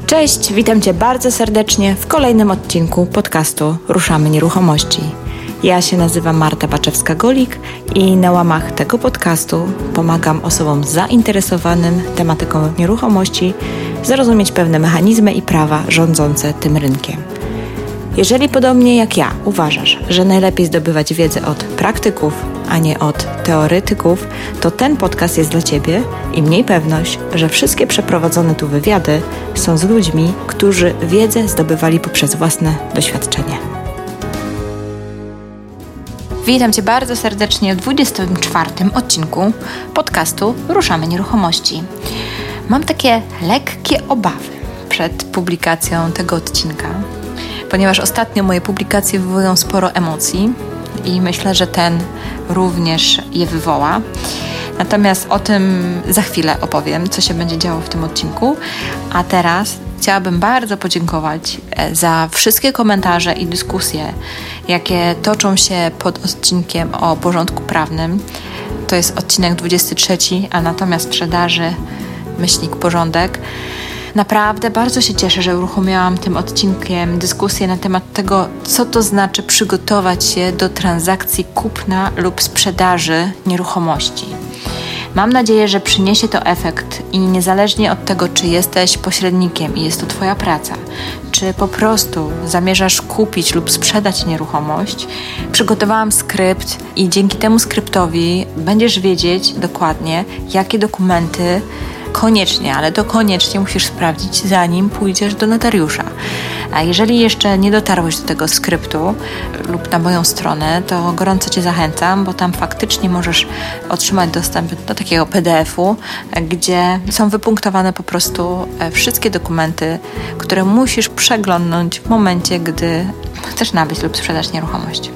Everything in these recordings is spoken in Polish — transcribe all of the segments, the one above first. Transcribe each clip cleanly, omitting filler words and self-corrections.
Cześć, witam Cię bardzo serdecznie w kolejnym odcinku podcastu Ruszamy Nieruchomości. Ja się nazywam Marta Baczewska-Golik i na łamach tego podcastu pomagam osobom zainteresowanym tematyką nieruchomości zrozumieć pewne mechanizmy i prawa rządzące tym rynkiem. Jeżeli podobnie jak ja uważasz, że najlepiej zdobywać wiedzę od praktyków, a nie od teoretyków, to ten podcast jest dla Ciebie i miej pewność, że wszystkie przeprowadzone tu wywiady są z ludźmi, którzy wiedzę zdobywali poprzez własne doświadczenie. Witam Cię bardzo serdecznie w 24. odcinku podcastu Ruszamy Nieruchomości. Mam takie lekkie obawy przed publikacją tego odcinka, ponieważ ostatnio moje publikacje wywołują sporo emocji i myślę, że ten również je wywoła. Natomiast o tym za chwilę opowiem, co się będzie działo w tym odcinku. A teraz chciałabym bardzo podziękować za wszystkie komentarze i dyskusje, jakie toczą się pod odcinkiem o porządku prawnym. To jest odcinek 23, a natomiast sprzedaży /porządek. Naprawdę bardzo się cieszę, że uruchomiłam tym odcinkiem dyskusję na temat tego, co to znaczy przygotować się do transakcji kupna lub sprzedaży nieruchomości. Mam nadzieję, że przyniesie to efekt i niezależnie od tego, czy jesteś pośrednikiem i jest to Twoja praca, czy po prostu zamierzasz kupić lub sprzedać nieruchomość, przygotowałam skrypt i dzięki temu skryptowi będziesz wiedzieć dokładnie, jakie dokumenty koniecznie, ale to koniecznie musisz sprawdzić, zanim pójdziesz do notariusza. A jeżeli jeszcze nie dotarłeś do tego skryptu lub na moją stronę, to gorąco Cię zachęcam, bo tam faktycznie możesz otrzymać dostęp do takiego PDF-u, gdzie są wypunktowane po prostu wszystkie dokumenty, które musisz przeglądnąć w momencie, gdy chcesz nabyć lub sprzedać nieruchomość.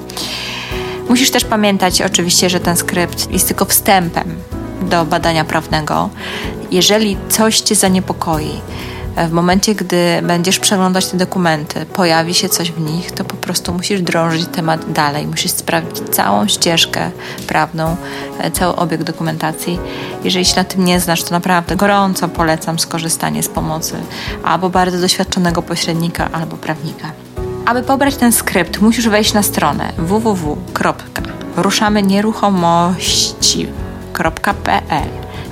Musisz też pamiętać oczywiście, że ten skrypt jest tylko wstępem do badania prawnego. Jeżeli coś Cię zaniepokoi, w momencie, gdy będziesz przeglądać te dokumenty, pojawi się coś w nich, to po prostu musisz drążyć temat dalej. Musisz sprawdzić całą ścieżkę prawną, cały obieg dokumentacji. Jeżeli się na tym nie znasz, to naprawdę gorąco polecam skorzystanie z pomocy albo bardzo doświadczonego pośrednika, albo prawnika. Aby pobrać ten skrypt, musisz wejść na stronę www.ruszamynieruchomości.pl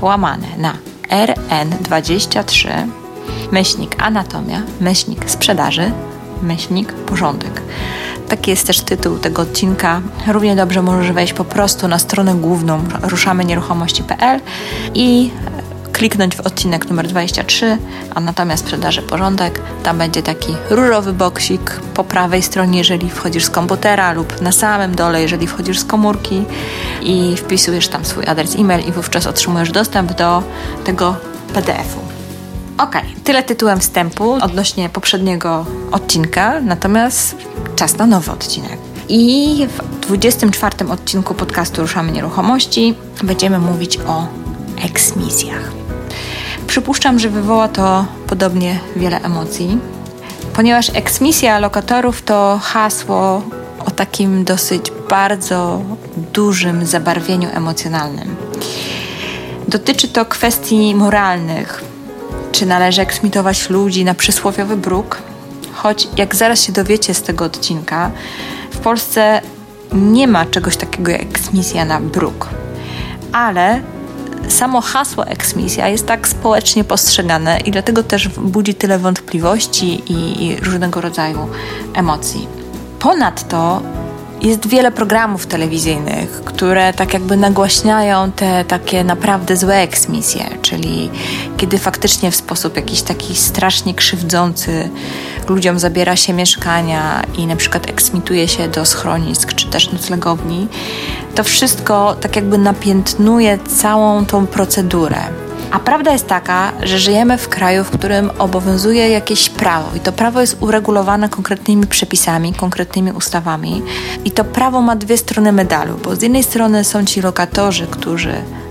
/RN23 /anatomia /sprzedaży /porządek. Taki jest też tytuł tego odcinka. Równie dobrze możesz wejść po prostu na stronę główną ruszamynieruchomości.pl i kliknąć w odcinek numer 23, Anatomia sprzedaży porządek. Tam będzie taki różowy boksik po prawej stronie, jeżeli wchodzisz z komputera, lub na samym dole, jeżeli wchodzisz z komórki i wpisujesz tam swój adres e-mail i wówczas otrzymujesz dostęp do tego PDF-u. Tyle tytułem wstępu odnośnie poprzedniego odcinka, natomiast czas na nowy odcinek. I w 24. odcinku podcastu Ruszamy Nieruchomości będziemy mówić o eksmisjach. Przypuszczam, że wywoła to podobnie wiele emocji, ponieważ eksmisja lokatorów to hasło o takim dosyć bardzo dużym zabarwieniu emocjonalnym. Dotyczy to kwestii moralnych, czy należy eksmitować ludzi na przysłowiowy bruk, choć jak zaraz się dowiecie z tego odcinka, w Polsce nie ma czegoś takiego jak eksmisja na bruk, ale samo hasło eksmisja jest tak społecznie postrzegane i dlatego też budzi tyle wątpliwości i różnego rodzaju emocji. Ponadto jest wiele programów telewizyjnych, które tak jakby nagłaśniają te takie naprawdę złe eksmisje, czyli kiedy faktycznie w sposób jakiś taki strasznie krzywdzący ludziom zabiera się mieszkania i na przykład eksmituje się do schronisk czy też noclegowni, to wszystko tak jakby napiętnuje całą tą procedurę. A prawda jest taka, że żyjemy w kraju, w którym obowiązuje jakieś prawo i to prawo jest uregulowane konkretnymi przepisami, konkretnymi ustawami i to prawo ma dwie strony medalu, bo z jednej strony są ci lokatorzy, którzy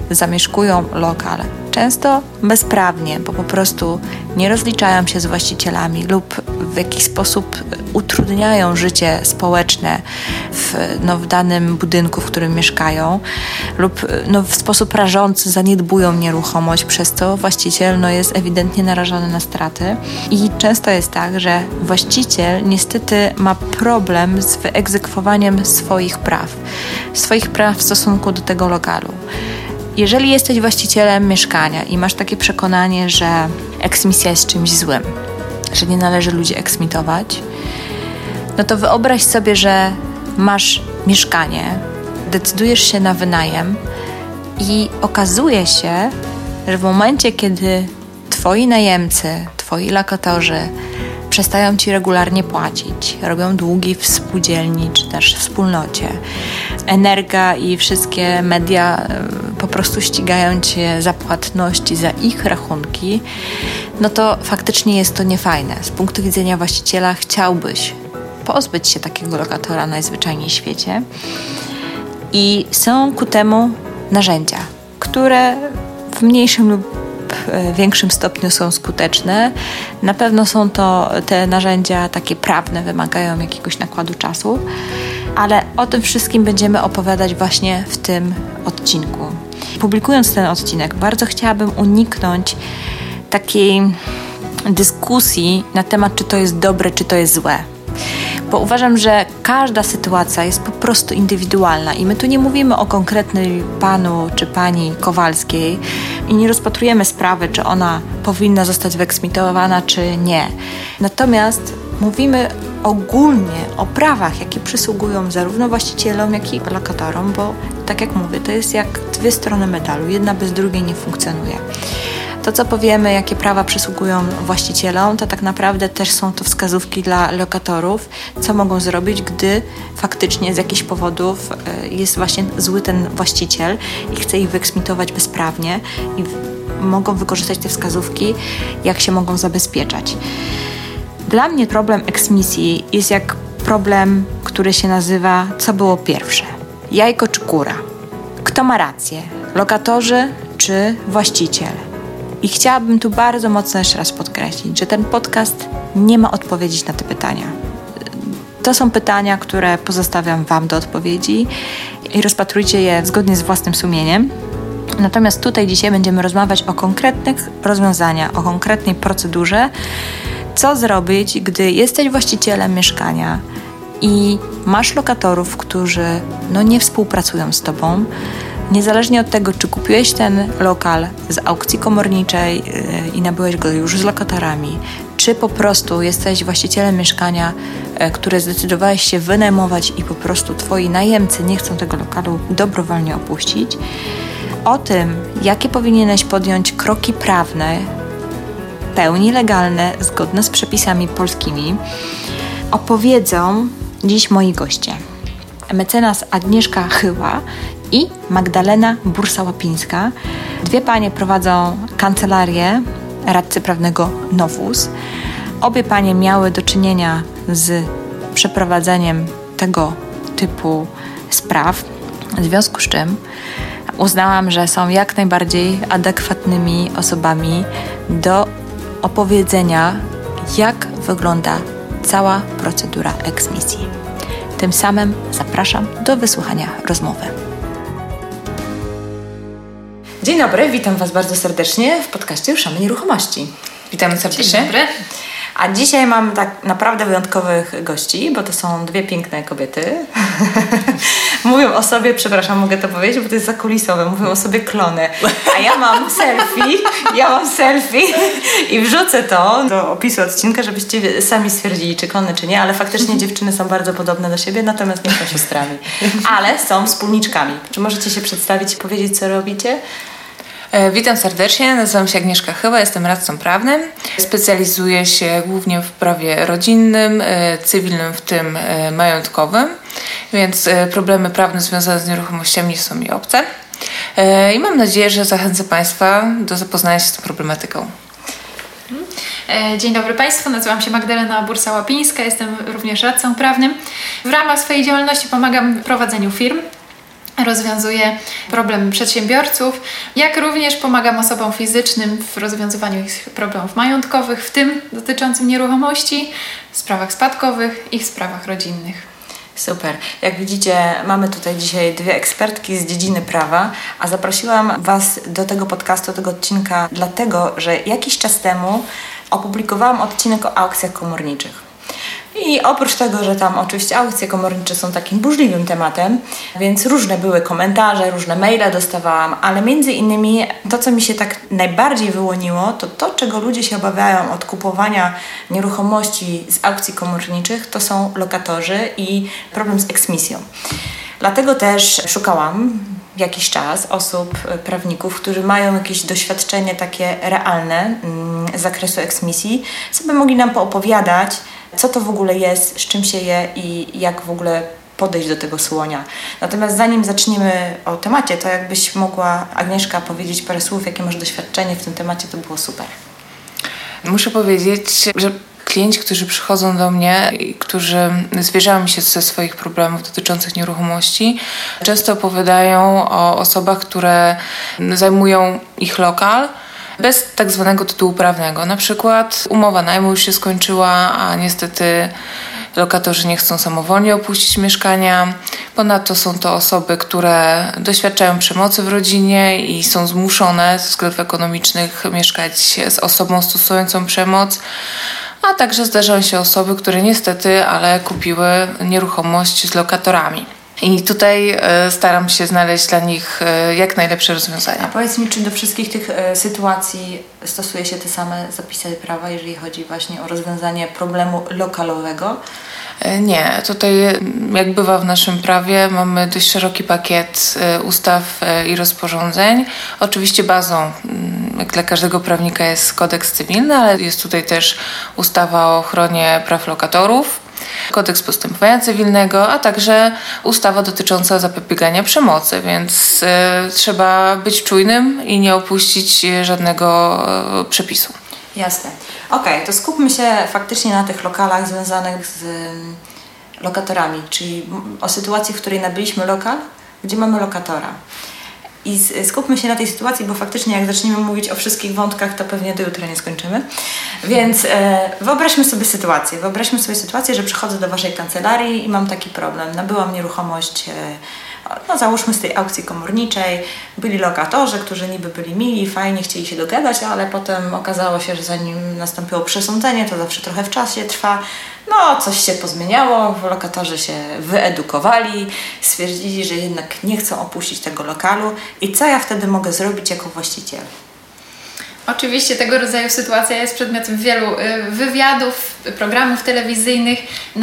zamieszkują lokal, często bezprawnie, bo po prostu nie rozliczają się z właścicielami lub w jakiś sposób utrudniają życie społeczne w danym budynku, w którym mieszkają, lub w sposób rażący zaniedbują nieruchomość, przez co właściciel jest ewidentnie narażony na straty. I często jest tak, że właściciel niestety ma problem z wyegzekwowaniem swoich praw w stosunku do tego lokalu. Jeżeli jesteś właścicielem mieszkania i masz takie przekonanie, że eksmisja jest czymś złym, że nie należy ludzi eksmitować, to wyobraź sobie, że masz mieszkanie, decydujesz się na wynajem i okazuje się, że w momencie, kiedy twoi najemcy, twoi lokatorzy przestają ci regularnie płacić, robią długi w spółdzielni czy też w wspólnocie, Energa i wszystkie media po prostu ścigają cię za płatności, za ich rachunki, to faktycznie jest to niefajne. Z punktu widzenia właściciela chciałbyś pozbyć się takiego lokatora najzwyczajniej w świecie i są ku temu narzędzia, które w mniejszym lub większym stopniu są skuteczne. Na pewno są to te narzędzia takie prawne, wymagają jakiegoś nakładu czasu, ale o tym wszystkim będziemy opowiadać właśnie w tym odcinku. Publikując ten odcinek, bardzo chciałabym uniknąć takiej dyskusji na temat, czy to jest dobre, czy to jest złe. Bo uważam, że każda sytuacja jest po prostu indywidualna i my tu nie mówimy o konkretnym panu czy pani Kowalskiej i nie rozpatrujemy sprawy, czy ona powinna zostać wyeksmitowana, czy nie. Natomiast mówimy ogólnie o prawach, jakie przysługują zarówno właścicielom, jak i lokatorom, bo tak jak mówię, to jest jak dwie strony medalu, jedna bez drugiej nie funkcjonuje. To, co powiemy, jakie prawa przysługują właścicielom, to tak naprawdę też są to wskazówki dla lokatorów, co mogą zrobić, gdy faktycznie z jakichś powodów jest właśnie zły ten właściciel i chce ich wyeksmitować bezprawnie i mogą wykorzystać te wskazówki, jak się mogą zabezpieczać. Dla mnie problem eksmisji jest jak problem, który się nazywa co było pierwsze? Jajko czy kura? Kto ma rację? Lokatorzy czy właściciel? I chciałabym tu bardzo mocno jeszcze raz podkreślić, że ten podcast nie ma odpowiedzi na te pytania. To są pytania, które pozostawiam Wam do odpowiedzi i rozpatrujcie je zgodnie z własnym sumieniem. Natomiast tutaj dzisiaj będziemy rozmawiać o konkretnych rozwiązaniach, o konkretnej procedurze, co zrobić, gdy jesteś właścicielem mieszkania i masz lokatorów, którzy nie współpracują z Tobą. Niezależnie od tego, czy kupiłeś ten lokal z aukcji komorniczej i nabyłeś go już z lokatorami, czy po prostu jesteś właścicielem mieszkania, które zdecydowałeś się wynajmować i po prostu twoi najemcy nie chcą tego lokalu dobrowolnie opuścić, o tym, jakie powinieneś podjąć kroki prawne, w pełni legalne, zgodne z przepisami polskimi, opowiedzą dziś moi goście. Mecenas Agnieszka Chyła i Magdalena Bursa-Łapińska. Dwie panie prowadzą kancelarię radcy prawnego Novus. Obie panie miały do czynienia z przeprowadzeniem tego typu spraw, w związku z czym uznałam, że są jak najbardziej adekwatnymi osobami do opowiedzenia, jak wygląda cała procedura eksmisji. Tym samym zapraszam do wysłuchania rozmowy. Dzień dobry, witam Was bardzo serdecznie w podcaście Ruszamy Nieruchomości. Witamy serdecznie. Dzień dobry. A dzisiaj mam tak naprawdę wyjątkowych gości, bo to są dwie piękne kobiety. Mówią o sobie, przepraszam, mogę to powiedzieć, bo to jest zakulisowe, mówią o sobie klony. A ja mam selfie i wrzucę to do opisu odcinka, żebyście sami stwierdzili, czy klony, czy nie, ale faktycznie dziewczyny są bardzo podobne do siebie, natomiast nie są siostrami. Ale są wspólniczkami. Czy możecie się przedstawić i powiedzieć, co robicie? Witam serdecznie, nazywam się Agnieszka Chyła, jestem radcą prawnym. Specjalizuję się głównie w prawie rodzinnym, cywilnym, w tym majątkowym, więc problemy prawne związane z nieruchomościami nie są mi obce. I mam nadzieję, że zachęcę Państwa do zapoznania się z tą problematyką. Dzień dobry Państwu, nazywam się Magdalena Bursa-Łapińska, jestem również radcą prawnym. W ramach swojej działalności pomagam w prowadzeniu firm. rozwiązuję problemy przedsiębiorców, jak również pomagam osobom fizycznym w rozwiązywaniu ich problemów majątkowych, w tym dotyczącym nieruchomości, sprawach spadkowych i w sprawach rodzinnych. Super. Jak widzicie, mamy tutaj dzisiaj 2 ekspertki z dziedziny prawa, a zaprosiłam Was do tego podcastu, tego odcinka, dlatego, że jakiś czas temu opublikowałam odcinek o aukcjach komorniczych. I oprócz tego, że tam oczywiście aukcje komornicze są takim burzliwym tematem, więc różne były komentarze, różne maile dostawałam, ale między innymi to, co mi się tak najbardziej wyłoniło, to czego ludzie się obawiają od kupowania nieruchomości z aukcji komorniczych, to są lokatorzy i problem z eksmisją. Dlatego też szukałam jakiś czas osób, prawników, którzy mają jakieś doświadczenie takie realne z zakresu eksmisji, co by mogli nam poopowiadać, co to w ogóle jest, z czym się je i jak w ogóle podejść do tego słonia. Natomiast zanim zaczniemy o temacie, to jakbyś mogła, Agnieszka, powiedzieć parę słów, jakie masz doświadczenie w tym temacie, to było super. Muszę powiedzieć, że klienci, którzy przychodzą do mnie i którzy zwierzają mi się ze swoich problemów dotyczących nieruchomości, często opowiadają o osobach, które zajmują ich lokal bez tak zwanego tytułu prawnego. Na przykład umowa najmu już się skończyła, a niestety lokatorzy nie chcą samowolnie opuścić mieszkania. Ponadto są to osoby, które doświadczają przemocy w rodzinie i są zmuszone ze względów ekonomicznych mieszkać z osobą stosującą przemoc. A także zdarzają się osoby, które niestety, ale kupiły nieruchomość z lokatorami. I tutaj staram się znaleźć dla nich jak najlepsze rozwiązania. A powiedz mi, czy do wszystkich tych sytuacji stosuje się te same zapisy prawa, jeżeli chodzi właśnie o rozwiązanie problemu lokalowego? Nie, tutaj jak bywa w naszym prawie mamy dość szeroki pakiet ustaw i rozporządzeń. Oczywiście bazą, jak dla każdego prawnika, jest kodeks cywilny, ale jest tutaj też ustawa o ochronie praw lokatorów, kodeks postępowania cywilnego, a także ustawa dotycząca zapobiegania przemocy, więc trzeba być czujnym i nie opuścić żadnego przepisu. Jasne. Okej, to skupmy się faktycznie na tych lokalach związanych z lokatorami, czyli o sytuacji, w której nabyliśmy lokal, gdzie mamy lokatora. I skupmy się na tej sytuacji, bo faktycznie jak zaczniemy mówić o wszystkich wątkach, to pewnie do jutra nie skończymy. Więc wyobraźmy sobie sytuację, że przychodzę do Waszej kancelarii i mam taki problem. Nabyłam nieruchomość, załóżmy z tej aukcji komorniczej, byli lokatorzy, którzy niby byli mili, fajnie, chcieli się dogadać, ale potem okazało się, że zanim nastąpiło przesądzenie, to zawsze trochę w czasie trwa. Coś się pozmieniało, lokatorzy się wyedukowali, stwierdzili, że jednak nie chcą opuścić tego lokalu. I co ja wtedy mogę zrobić jako właściciel? Oczywiście tego rodzaju sytuacja jest przedmiotem wielu wywiadów, programów telewizyjnych,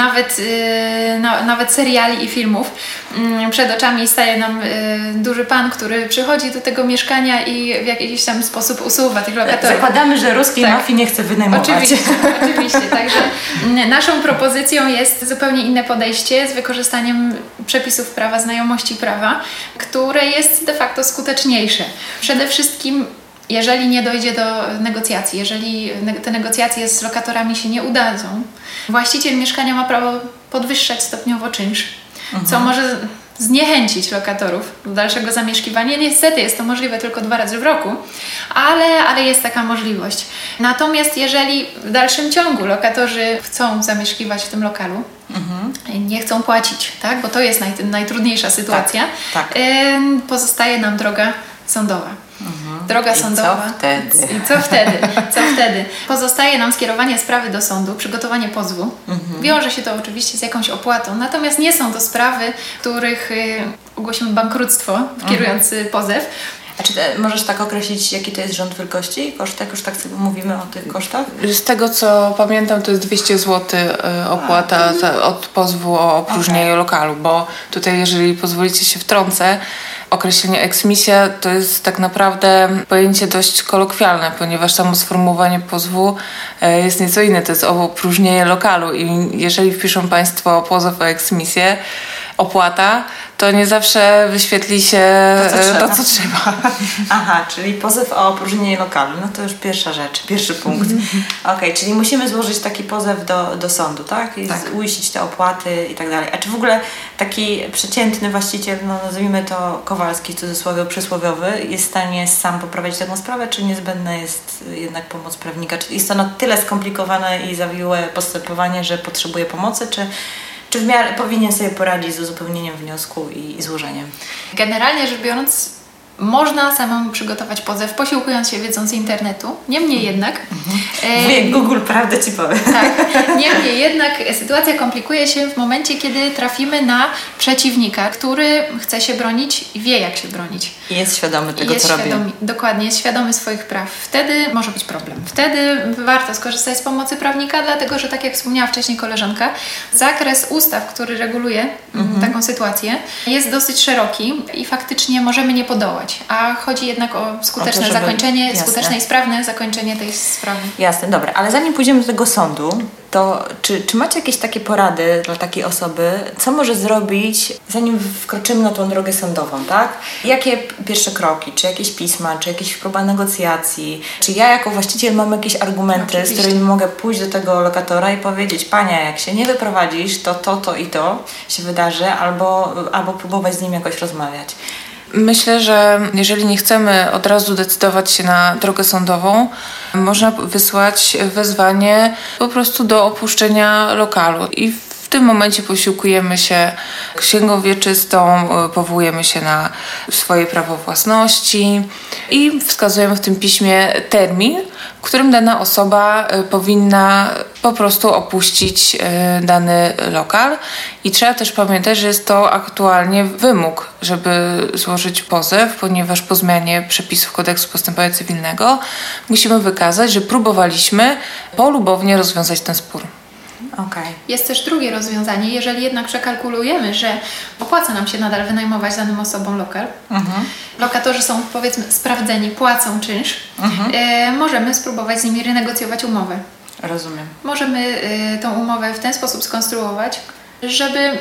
nawet seriali i filmów. Przed oczami staje nam duży pan, który przychodzi do tego mieszkania i w jakiś tam sposób usuwa tych lokatorów. Zakładamy, że ruskiej mafii nie chce wynajmować. Oczywiście. Także naszą propozycją jest zupełnie inne podejście z wykorzystaniem przepisów prawa, znajomości prawa, które jest de facto skuteczniejsze. Przede wszystkim jeżeli nie dojdzie do negocjacji, jeżeli te negocjacje z lokatorami się nie udadzą, właściciel mieszkania ma prawo podwyższać stopniowo czynsz, co może zniechęcić lokatorów do dalszego zamieszkiwania. Niestety jest to możliwe tylko 2 razy w roku, ale jest taka możliwość. Natomiast jeżeli w dalszym ciągu lokatorzy chcą zamieszkiwać w tym lokalu, nie chcą płacić, tak? Bo to jest najtrudniejsza sytuacja, tak. Pozostaje nam droga sądowa. Droga sądowa. I co wtedy? Pozostaje nam skierowanie sprawy do sądu, przygotowanie pozwu. Wiąże się to oczywiście z jakąś opłatą, natomiast nie są to sprawy, których ogłosimy bankructwo, kierując pozew. A czy możesz tak określić, jaki to jest rząd wielkości koszt, jak już tak sobie mówimy o tych kosztach? Z tego, co pamiętam, to jest 200 zł opłata od pozwu o opróżnienie lokalu, bo tutaj, jeżeli pozwolicie się wtrącę, określenie eksmisja to jest tak naprawdę pojęcie dość kolokwialne, ponieważ samo sformułowanie pozwu jest nieco inne, to jest opróżnienie lokalu i jeżeli wpiszą Państwo pozew o eksmisję, opłata, to nie zawsze wyświetli się to, co trzeba. Aha, czyli pozew o opróżnienie lokalu. No to już pierwsza rzecz, pierwszy punkt. Okej, czyli musimy złożyć taki pozew do sądu, tak? I uiścić te opłaty i tak dalej. A czy w ogóle taki przeciętny właściciel, no nazwijmy to Kowalski, w cudzysłowie przysłowiowy, jest w stanie sam poprawiać taką sprawę, czy niezbędna jest jednak pomoc prawnika? Czy jest to na tyle skomplikowane i zawiłe postępowanie, że potrzebuje pomocy, czy w miarę powinien sobie poradzić z uzupełnieniem wniosku i złożeniem? Generalnie rzecz biorąc, można samemu przygotować pozew, posiłkując się wiedzą z internetu. Niemniej jednak... Wujek Google, prawdę Ci powiem. Tak. Niemniej jednak sytuacja komplikuje się w momencie, kiedy trafimy na przeciwnika, który chce się bronić i wie, jak się bronić. I jest świadomy tego, co robi. Dokładnie, jest świadomy swoich praw. Wtedy może być problem. Wtedy warto skorzystać z pomocy prawnika, dlatego że, tak jak wspomniała wcześniej koleżanka, zakres ustaw, który reguluje taką sytuację, jest dosyć szeroki i faktycznie możemy nie podołać. A chodzi jednak o skuteczne zakończenie, skuteczne i sprawne zakończenie tej sprawy. Jasne, dobra. Ale zanim pójdziemy do tego sądu, to czy macie jakieś takie porady dla takiej osoby, co może zrobić, zanim wkroczymy na tą drogę sądową, tak? Jakie pierwsze kroki? Czy jakieś pisma, czy jakieś próba negocjacji? Czy ja jako właściciel mam jakieś argumenty, z którymi mogę pójść do tego lokatora i powiedzieć: panie, jak się nie wyprowadzisz, to i to się wydarzy, albo próbować z nim jakoś rozmawiać. Myślę, że jeżeli nie chcemy od razu decydować się na drogę sądową, można wysłać wezwanie po prostu do opuszczenia lokalu i w tym momencie posiłkujemy się księgą wieczystą, powołujemy się na swoje prawo własności i wskazujemy w tym piśmie termin, w którym dana osoba powinna po prostu opuścić dany lokal. I trzeba też pamiętać, że jest to aktualnie wymóg, żeby złożyć pozew, ponieważ po zmianie przepisów Kodeksu Postępowania Cywilnego musimy wykazać, że próbowaliśmy polubownie rozwiązać ten spór. Okay. Jest też drugie rozwiązanie, jeżeli jednak przekalkulujemy, że opłaca nam się nadal wynajmować danym osobom lokal, lokatorzy są, powiedzmy, sprawdzeni, płacą czynsz, możemy spróbować z nimi renegocjować umowę. Rozumiem. Możemy tą umowę w ten sposób skonstruować, żeby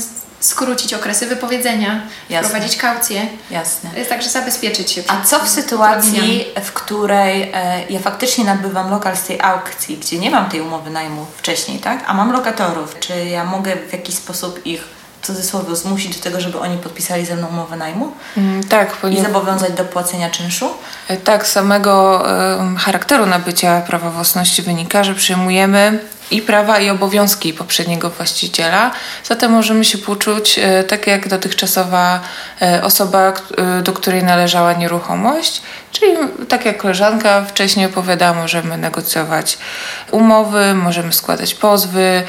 skrócić okresy wypowiedzenia, wprowadzić kaucję. Jasne. Także zabezpieczyć się. A co w sytuacji, w której ja faktycznie nabywam lokal z tej aukcji, gdzie nie mam tej umowy najmu wcześniej, tak? A mam lokatorów. Czy ja mogę w jakiś sposób ich, w cudzysłowie, zmusić do tego, żeby oni podpisali ze mną umowę najmu? Tak. I zobowiązać do płacenia czynszu? Tak, z samego charakteru nabycia prawa własności wynika, że przyjmujemy i prawa, i obowiązki poprzedniego właściciela. Zatem możemy się poczuć tak jak dotychczasowa osoba, do której należała nieruchomość, czyli tak jak koleżanka wcześniej opowiadała, możemy negocjować umowy, możemy składać pozwy,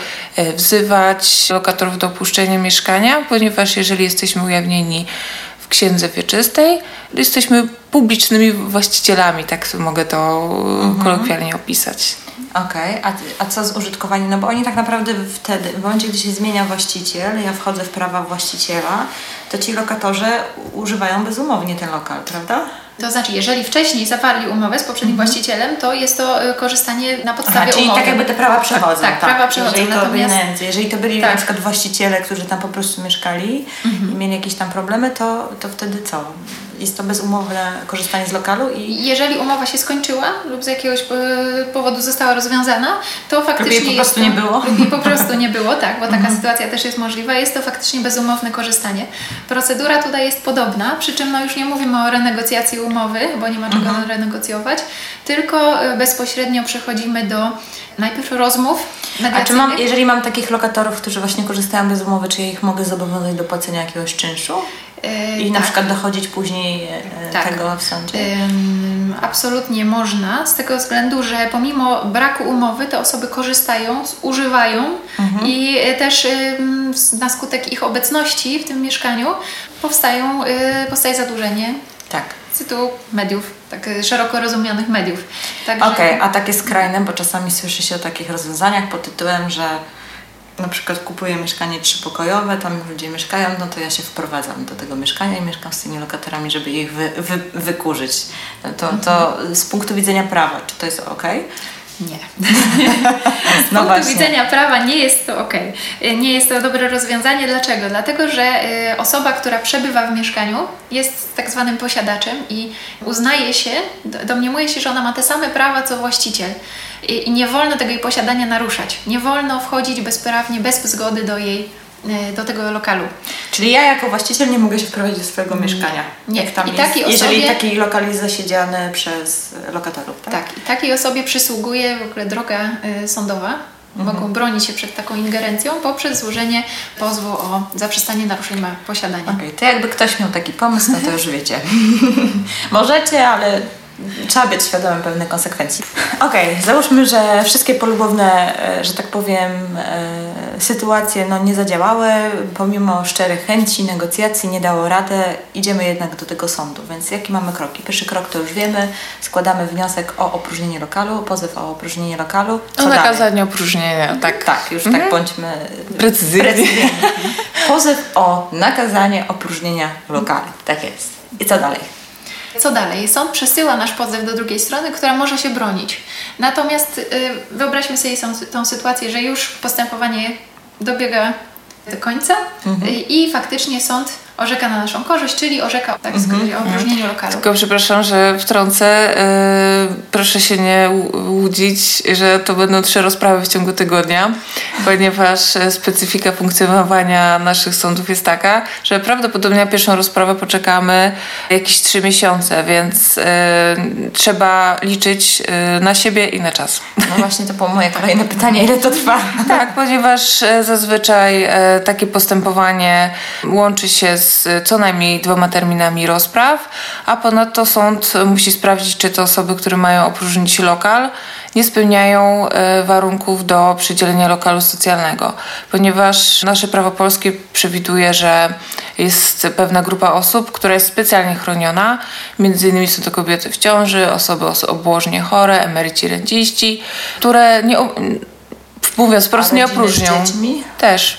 wzywać lokatorów do opuszczenia mieszkania, ponieważ jeżeli jesteśmy ujawnieni w księdze wieczystej, jesteśmy publicznymi właścicielami, tak mogę to kolokwialnie opisać. Okej, a co z użytkowaniem? No bo oni tak naprawdę wtedy, w momencie, gdy się zmienia właściciel, ja wchodzę w prawa właściciela, to ci lokatorzy używają bezumownie ten lokal, prawda? To znaczy, jeżeli wcześniej zawarli umowę z poprzednim właścicielem, to jest to korzystanie na podstawie czyli umowy. tak jakby te prawa przechodzą. Tak, prawa przechodzą. Jeżeli to byli na przykład właściciele, którzy tam po prostu mieszkali i mieli jakieś tam problemy, to wtedy co? Jest to bezumowne korzystanie z lokalu? Jeżeli umowa się skończyła lub z jakiegoś powodu została rozwiązana, to faktycznie lub jej po prostu nie było. Lub jej po prostu nie było, tak, bo taka sytuacja też jest możliwa. Jest to faktycznie bezumowne korzystanie. Procedura tutaj jest podobna, przy czym już nie mówimy o renegocjacji umowy, bo nie ma czego renegocjować, tylko bezpośrednio przechodzimy do najpierw rozmów mediacyjnych. A czy jeżeli mam takich lokatorów, którzy właśnie korzystają bez umowy, czy ja ich mogę zobowiązać do płacenia jakiegoś czynszu? I na przykład dochodzić później tego w sądzie? Absolutnie można, z tego względu, że pomimo braku umowy te osoby korzystają, używają i też na skutek ich obecności w tym mieszkaniu powstaje zadłużenie. Tak. Z tytułu mediów, tak szeroko rozumianych mediów. Okej, a takie skrajne, bo czasami słyszy się o takich rozwiązaniach pod tytułem, że na przykład kupuję mieszkanie 3-pokojowe, tam ludzie mieszkają, no to ja się wprowadzam do tego mieszkania i mieszkam z tymi lokatorami, żeby ich wykurzyć. To z punktu widzenia prawa, czy to jest okej? Nie. Z punktu widzenia prawa nie jest to okej. Nie jest to dobre rozwiązanie. Dlaczego? Dlatego, że osoba, która przebywa w mieszkaniu, jest tak zwanym posiadaczem i uznaje się, domniemuje się, że ona ma te same prawa co właściciel. I nie wolno tego jej posiadania naruszać. Nie wolno wchodzić bezprawnie, bez zgody do tego lokalu. Czyli ja jako właściciel nie mogę się wprowadzić do swojego mieszkania. Nie. Jak tam I takiej jest, osobie, jeżeli taki lokal jest zasiedziany przez lokatorów, tak? Tak. I takiej osobie przysługuje w ogóle droga sądowa. Mogą bronić się przed taką ingerencją poprzez złożenie pozwu o zaprzestanie naruszenia posiadania. Okej, to jakby ktoś miał taki pomysł, no to już wiecie. Możecie, ale trzeba być świadomym pewnych konsekwencji. Okej, załóżmy, że wszystkie polubowne, że tak powiem, sytuacje nie zadziałały, pomimo szczerych chęci, negocjacji, nie dało rady, idziemy jednak do tego sądu. Więc jakie mamy kroki? Pierwszy krok to już wiemy, składamy wniosek o opróżnienie lokalu, pozew o opróżnienie lokalu. O nakazanie opróżnienia, tak. Tak, już tak bądźmy precyzyjni. Pozew o nakazanie opróżnienia lokalu. Tak jest. I co dalej? Co dalej? Sąd przesyła nasz pozew do drugiej strony, która może się bronić. Natomiast wyobraźmy sobie tą sytuację, że już postępowanie dobiega do końca i faktycznie sąd orzeka na naszą korzyść, czyli orzeka o opróżnieniu lokalu. Tylko przepraszam, że wtrącę. Proszę się nie łudzić, że to będą 3 rozprawy w ciągu tygodnia, ponieważ specyfika funkcjonowania naszych sądów jest taka, że prawdopodobnie na pierwszą rozprawę poczekamy jakieś 3 miesiące, więc trzeba liczyć na siebie i na czas. No właśnie, to było moje kolejne pytanie, ile to trwa? Tak, ponieważ zazwyczaj takie postępowanie łączy się z co najmniej 2 terminami rozpraw, a ponadto sąd musi sprawdzić, czy te osoby, które mają opróżnić lokal, nie spełniają warunków do przydzielenia lokalu socjalnego, ponieważ nasze prawo polskie przewiduje, że jest pewna grupa osób, która jest specjalnie chroniona, między innymi są to kobiety w ciąży, osoby obłożnie chore, emeryci, renciści, które mówiąc wprost nie opróżnią. Z dziećmi? Też.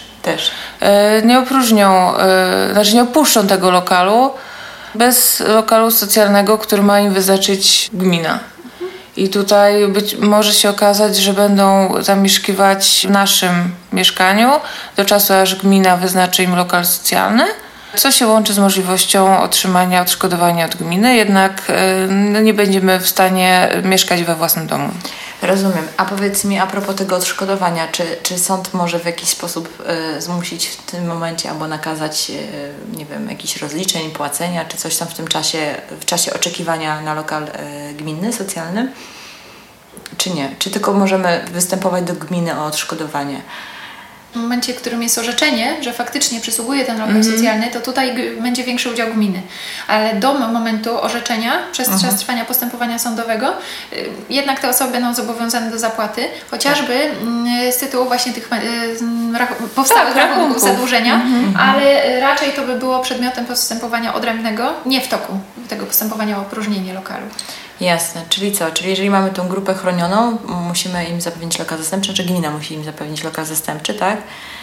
Nie opróżnią, nie opuszczą tego lokalu bez lokalu socjalnego, który ma im wyznaczyć gmina. I tutaj może się okazać, że będą zamieszkiwać w naszym mieszkaniu do czasu, aż gmina wyznaczy im lokal socjalny, co się łączy z możliwością otrzymania odszkodowania od gminy, jednak nie będziemy w stanie mieszkać we własnym domu. Rozumiem. A powiedz mi a propos tego odszkodowania, czy sąd może w jakiś sposób zmusić w tym momencie albo nakazać, nie wiem, jakichś rozliczeń, płacenia, czy coś tam w czasie oczekiwania na lokal gminny, socjalny? Czy nie? Czy tylko możemy występować do gminy o odszkodowanie? W momencie, w którym jest orzeczenie, że faktycznie przysługuje ten lokal socjalny, to tutaj będzie większy udział gminy. Ale do momentu orzeczenia, przez czas trwania postępowania sądowego, jednak te osoby będą zobowiązane do zapłaty, chociażby z tytułu właśnie tych powstałych rachunków zadłużenia, ale raczej to by było przedmiotem postępowania odrębnego, nie w toku tego postępowania o opróżnienie lokalu. Jasne, czyli co? Czyli jeżeli mamy tą grupę chronioną, musimy im zapewnić lokal zastępczy, czy gmina musi im zapewnić lokal zastępczy, tak?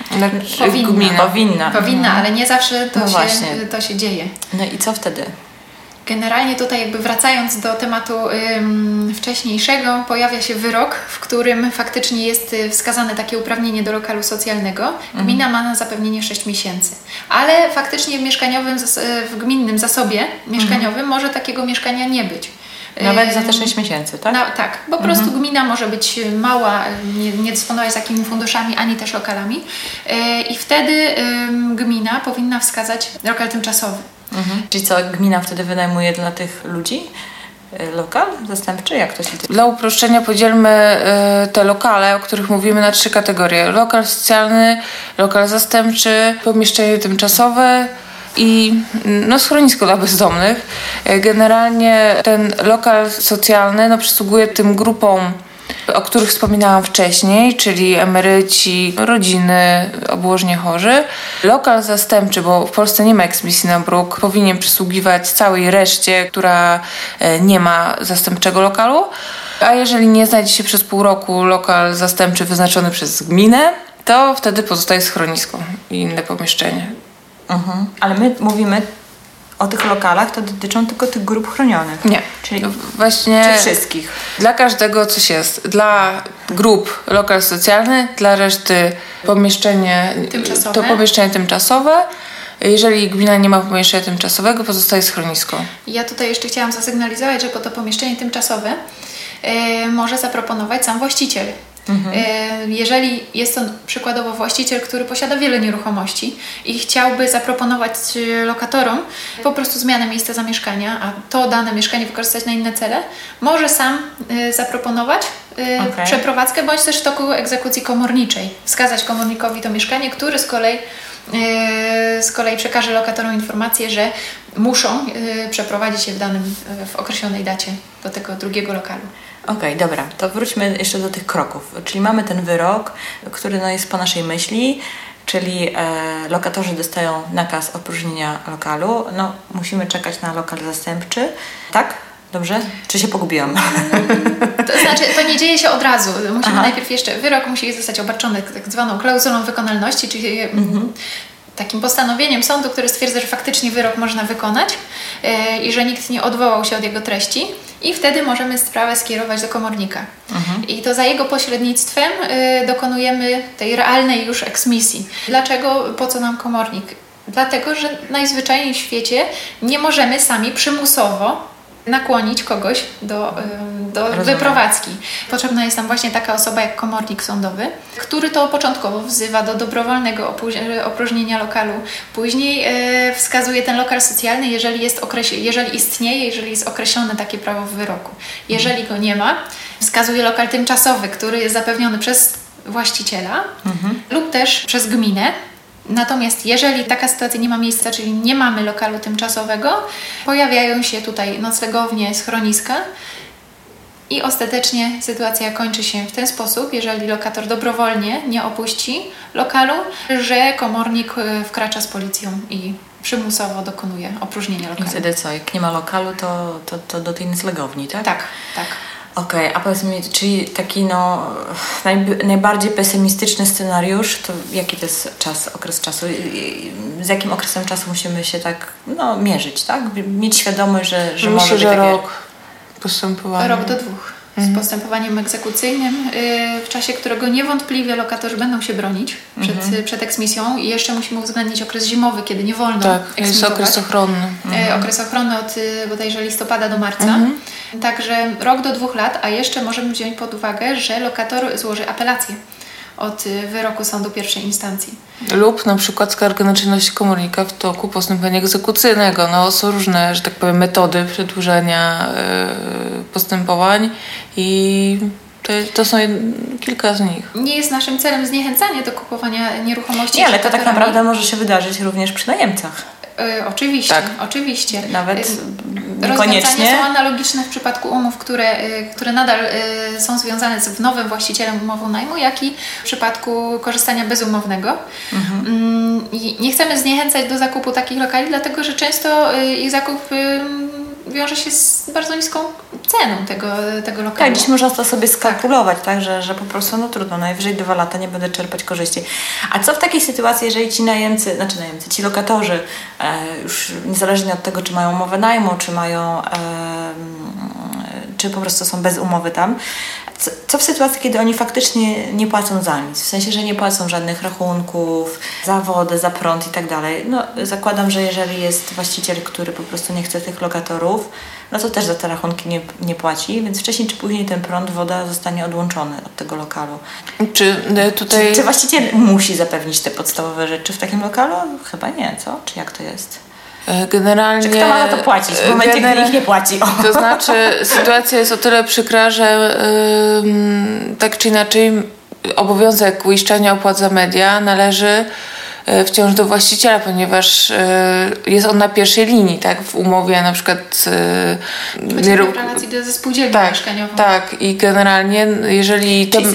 Powinna, ale nie zawsze to się dzieje. No i co wtedy? Generalnie tutaj jakby wracając do tematu wcześniejszego, pojawia się wyrok, w którym faktycznie jest wskazane takie uprawnienie do lokalu socjalnego. Gmina ma na zapewnienie 6 miesięcy. Ale faktycznie w gminnym zasobie mieszkaniowym może takiego mieszkania nie być. Nawet za te 6 miesięcy, tak? Tak, bo po prostu gmina może być mała, nie dysponować takimi funduszami, ani też lokalami i wtedy gmina powinna wskazać lokal tymczasowy. Czyli co, gmina wtedy wynajmuje dla tych ludzi lokal zastępczy? Jak to się dzieje? Dla uproszczenia podzielmy te lokale, o których mówimy, na 3 kategorie. Lokal socjalny, lokal zastępczy, pomieszczenie tymczasowe i schronisko dla bezdomnych. Generalnie ten lokal socjalny przysługuje tym grupom, o których wspominałam wcześniej, czyli emeryci, rodziny, obłożnie chorzy. Lokal zastępczy, bo w Polsce nie ma eksmisji na bruk, powinien przysługiwać całej reszcie, która nie ma zastępczego lokalu. A jeżeli nie znajdzie się przez pół roku lokal zastępczy wyznaczony przez gminę, to wtedy pozostaje schronisko i inne pomieszczenie. Ale my mówimy o tych lokalach, to dotyczą tylko tych grup chronionych. Nie. Czyli właśnie czy wszystkich? Dla każdego coś jest. Dla grup lokal socjalny, dla reszty pomieszczenie tymczasowe. Jeżeli gmina nie ma pomieszczenia tymczasowego, pozostaje schronisko. Ja tutaj jeszcze chciałam zasygnalizować, że po to pomieszczenie tymczasowe może zaproponować sam właściciel. Jeżeli jest to przykładowo właściciel, który posiada wiele nieruchomości i chciałby zaproponować lokatorom po prostu zmianę miejsca zamieszkania, a to dane mieszkanie wykorzystać na inne cele, może sam zaproponować przeprowadzkę bądź też w toku egzekucji komorniczej. Wskazać komornikowi to mieszkanie, który z kolei przekaże lokatorom informację, że muszą przeprowadzić się w określonej dacie do tego drugiego lokalu. Okej, dobra, to wróćmy jeszcze do tych kroków. Czyli mamy ten wyrok, który jest po naszej myśli, czyli lokatorzy dostają nakaz opróżnienia lokalu. No, musimy czekać na lokal zastępczy. Tak? Dobrze? Czy się pogubiłam? To znaczy, to nie dzieje się od razu. Musimy najpierw jeszcze, wyrok musi zostać obarczony tak zwaną klauzulą wykonalności, czyli takim postanowieniem sądu, który stwierdza, że faktycznie wyrok można wykonać i że nikt nie odwołał się od jego treści i wtedy możemy sprawę skierować do komornika. I to za jego pośrednictwem dokonujemy tej realnej już eksmisji. Dlaczego? Po co nam komornik? Dlatego, że najzwyczajniej w świecie nie możemy sami przymusowo nakłonić kogoś do wyprowadzki. Potrzebna jest nam właśnie taka osoba jak komornik sądowy, który to początkowo wzywa do dobrowolnego opróżnienia lokalu. Później wskazuje ten lokal socjalny, jeżeli istnieje, jeżeli jest określone takie prawo w wyroku. Jeżeli go nie ma, wskazuje lokal tymczasowy, który jest zapewniony przez właściciela lub też przez gminę. Natomiast jeżeli taka sytuacja nie ma miejsca, czyli nie mamy lokalu tymczasowego, pojawiają się tutaj noclegownie, schroniska i ostatecznie sytuacja kończy się w ten sposób, jeżeli lokator dobrowolnie nie opuści lokalu, że komornik wkracza z policją i przymusowo dokonuje opróżnienia lokalu. I wtedy co? Jak nie ma lokalu, to do tej noclegowni, tak? Tak, tak. Okej, a powiedz mi, czyli taki najbardziej pesymistyczny scenariusz, to jaki to jest okres czasu? Z jakim okresem czasu musimy się tak mierzyć, tak? Mieć świadomość, że Myślę, może być że takie... rok postępowania. Rok do 2 z postępowaniem egzekucyjnym, w czasie którego niewątpliwie lokatorzy będą się bronić przed eksmisją i jeszcze musimy uwzględnić okres zimowy, kiedy nie wolno eksmitować. Jest okres ochronny. Okres ochronny od bodajże listopada do marca. Także rok do 2 lat, a jeszcze możemy wziąć pod uwagę, że lokator złoży apelację od wyroku sądu pierwszej instancji. Lub na przykład skargę na czynności komornika w toku postępowania egzekucyjnego. Są różne, że tak powiem, metody przedłużania postępowań i to są kilka z nich. Nie jest naszym celem zniechęcanie do kupowania nieruchomości. Nie, ale to tak naprawdę może się wydarzyć również przy najemcach. Oczywiście, tak. Oczywiście. Nawet niekoniecznie. Rozwiązania są analogiczne w przypadku umów, które nadal są związane z nowym właścicielem umową najmu, jak i w przypadku korzystania bezumownego. I nie chcemy zniechęcać do zakupu takich lokali, dlatego że często ich zakup wiąże się z bardzo niską ceną tego lokalu. Tak, dziś można to sobie skalkulować, tak, że po prostu trudno, najwyżej 2 lata nie będę czerpać korzyści. A co w takiej sytuacji, jeżeli ci ci lokatorzy, już niezależnie od tego, czy mają umowę najmu, czy po prostu są bez umowy tam, co w sytuacji, kiedy oni faktycznie nie płacą za nic? W sensie, że nie płacą żadnych rachunków, za wodę, za prąd i tak dalej. Zakładam, że jeżeli jest właściciel, który po prostu nie chce tych lokatorów, to też za te rachunki nie płaci, więc wcześniej czy później ten prąd, woda zostanie odłączony od tego lokalu. Czy właściciel musi zapewnić te podstawowe rzeczy w takim lokalu? Chyba nie, co? Czy jak to jest? Generalnie... Czy kto ma za to płacić w momencie, gdy ich nie płaci? To znaczy sytuacja jest o tyle przykra, że tak czy inaczej obowiązek uiszczania opłat za media należy wciąż do właściciela, ponieważ jest on na pierwszej linii, tak? W umowie na przykład... w relacji ze spółdzielnią mieszkaniową. Tak, i generalnie jeżeli... Czyli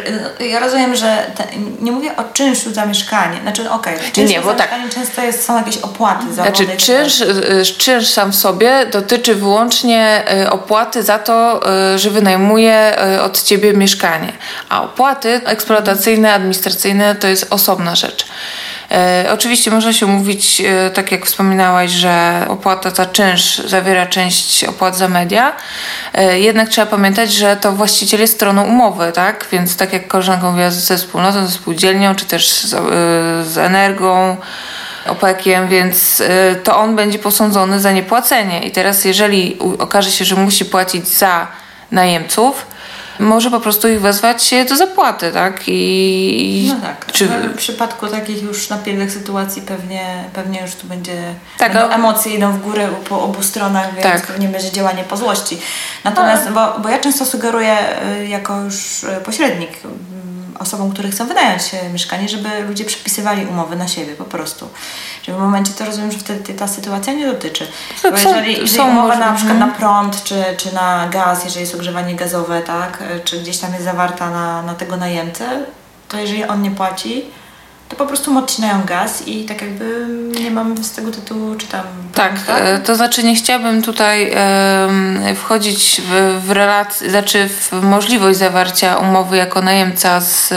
ja rozumiem, że nie mówię o czynszu za mieszkanie. Znaczy, czynszu za mieszkanie często są jakieś opłaty za wodę. Czynsz sam w sobie dotyczy wyłącznie opłaty za to, że wynajmuje od ciebie mieszkanie. A opłaty eksploatacyjne, administracyjne to jest osobna rzecz. Oczywiście można się umówić, tak jak wspominałaś, że opłata za czynsz zawiera część opłat za media, jednak trzeba pamiętać, że to właściciel jest stroną umowy, tak? Więc tak jak koleżanka mówiła ze wspólnotą, ze spółdzielnią, czy też z Energą, OPEC-iem, więc to on będzie posądzony za niepłacenie. I teraz jeżeli okaże się, że musi płacić za najemców, może po prostu ich wezwać do zapłaty, tak? No tak. W przypadku takich już napiętych sytuacji pewnie już tu będzie... Tak, emocje idą w górę po obu stronach, więc pewnie będzie działanie po złości. Natomiast, bo ja często sugeruję jako już pośrednik osobom, które chcą wynająć mieszkanie, żeby ludzie przepisywali umowy na siebie po prostu. Że w momencie to rozumiem, że wtedy ta sytuacja nie dotyczy. Bo jeżeli umowa na przykład na prąd, czy na gaz, jeżeli jest ogrzewanie gazowe, tak, czy gdzieś tam jest zawarta na tego najemcę, to jeżeli on nie płaci, to po prostu mu odcinają gaz i tak jakby nie mam z tego tytułu, czy tam... Tak, to znaczy nie chciałabym tutaj wchodzić w relację, w możliwość zawarcia umowy jako najemca z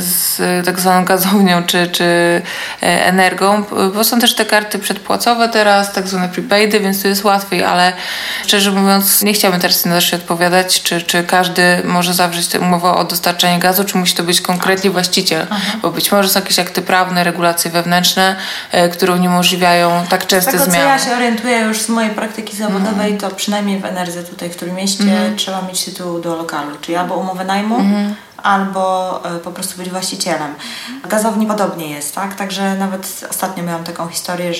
tak zwaną gazownią czy Energą, bo są też te karty przedpłacowe teraz, tak zwane prepaidy, więc to jest łatwiej, ale szczerze mówiąc nie chciałabym teraz na to odpowiadać, czy każdy może zawrzeć tę umowę o dostarczanie gazu, czy musi to być konkretnie właściciel, bo być może są jakieś akty prawne, regulacje wewnętrzne, które uniemożliwiają tak częste zmiany. Z tego, co ja się orientuję już z mojej praktyki zawodowej, to przynajmniej w Enerze tutaj w Trójmieście trzeba mieć tytuł do lokalu, czyli albo umowę najmu, albo po prostu być właścicielem. W gazowni podobnie jest, tak? Także nawet ostatnio miałam taką historię,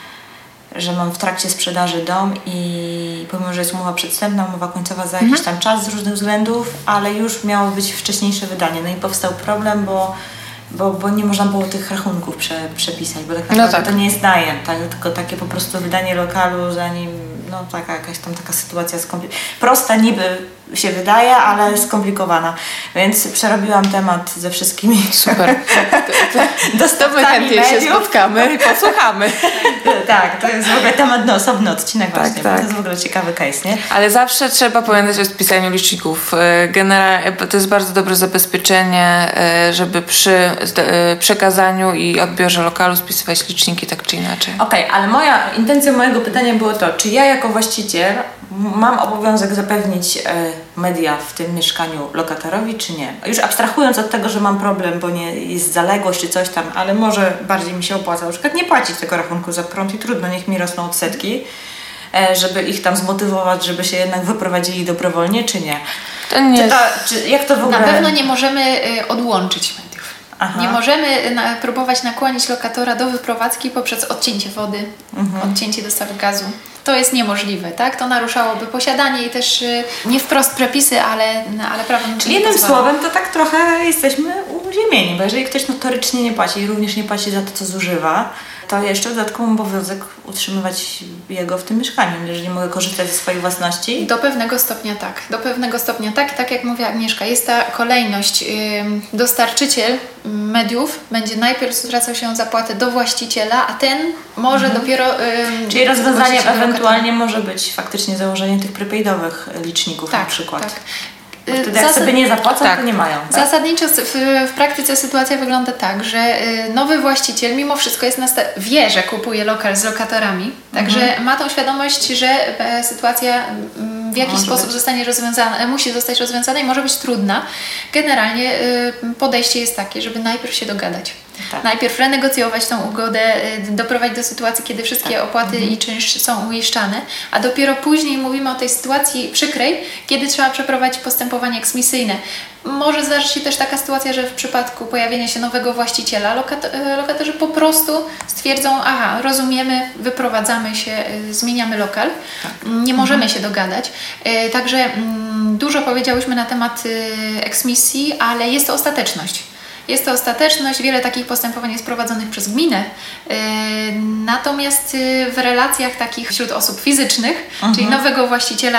że mam w trakcie sprzedaży dom i pomimo, że jest umowa przedwstępna, umowa końcowa za jakiś tam czas z różnych względów, ale już miało być wcześniejsze wydanie. No i powstał problem, bo nie można było tych rachunków przepisać, bo tak naprawdę to nie jest najem, tak? Tylko takie po prostu wydanie lokalu, zanim jakaś tam taka sytuacja prosta niby się wydaje, ale skomplikowana. Więc przerobiłam temat ze wszystkimi. Super. To my chętnie się spotkamy i posłuchamy. Tak, to jest w ogóle temat na osobny odcinek właśnie, bo to jest w ogóle ciekawy case, nie? Ale zawsze trzeba pamiętać o spisaniu liczników. Generalnie to jest bardzo dobre zabezpieczenie, żeby przy przekazaniu i odbiorze lokalu spisywać liczniki tak czy inaczej. Okej, ale intencja mojego pytania było to, czy ja jako właściciel mam obowiązek zapewnić media w tym mieszkaniu lokatorowi, czy nie? Już abstrahując od tego, że mam problem, bo nie jest zaległość czy coś tam, ale może bardziej mi się opłaca na przykład nie płacić tego rachunku za prąd i trudno, niech mi rosną odsetki, żeby ich tam zmotywować, żeby się jednak wyprowadzili dobrowolnie, czy nie? To nie. Jak to w ogóle... Na pewno nie możemy odłączyć mediów. Aha. Nie możemy próbować nakłonić lokatora do wyprowadzki poprzez odcięcie wody, odcięcie dostawy gazu. To jest niemożliwe, tak? To naruszałoby posiadanie i też nie wprost przepisy, ale prawo nie. Czyli jednym słowem to tak trochę jesteśmy uziemieni, bo jeżeli ktoś notorycznie nie płaci i również nie płaci za to, co zużywa, to jeszcze dodatkowo mam obowiązek utrzymywać jego w tym mieszkaniu, jeżeli mogę korzystać ze swojej własności. Do pewnego stopnia tak. Do pewnego stopnia tak. Tak jak mówi Agnieszka, jest ta kolejność. Dostarczyciel mediów będzie najpierw zwracał się o zapłatę do właściciela, a ten może dopiero... Czyli rozwiązaniem ewentualnie może być faktycznie założenie tych prepaidowych liczników na przykład. Tak. Wtedy jak sobie nie zapłacą, to nie mają. Tak? Zasadniczo w praktyce sytuacja wygląda tak, że nowy właściciel mimo wszystko wie, że kupuje lokal z lokatorami, także ma tą świadomość, że sytuacja w jakiś sposób musi zostać rozwiązana i może być trudna. Generalnie podejście jest takie, żeby najpierw się dogadać. Tak. Najpierw renegocjować tą ugodę, doprowadzić do sytuacji, kiedy wszystkie opłaty i czynsz są uiszczane, a dopiero później mówimy o tej sytuacji przykrej, kiedy trzeba przeprowadzić postępowanie eksmisyjne. Może zdarzyć się też taka sytuacja, że w przypadku pojawienia się nowego właściciela lokatorzy po prostu stwierdzą, rozumiemy, wyprowadzamy się, zmieniamy lokal, nie możemy się dogadać. Także dużo powiedziałyśmy na temat eksmisji, ale jest to ostateczność. Jest to ostateczność, wiele takich postępowań jest prowadzonych przez gminę. Natomiast w relacjach takich wśród osób fizycznych, czyli nowego właściciela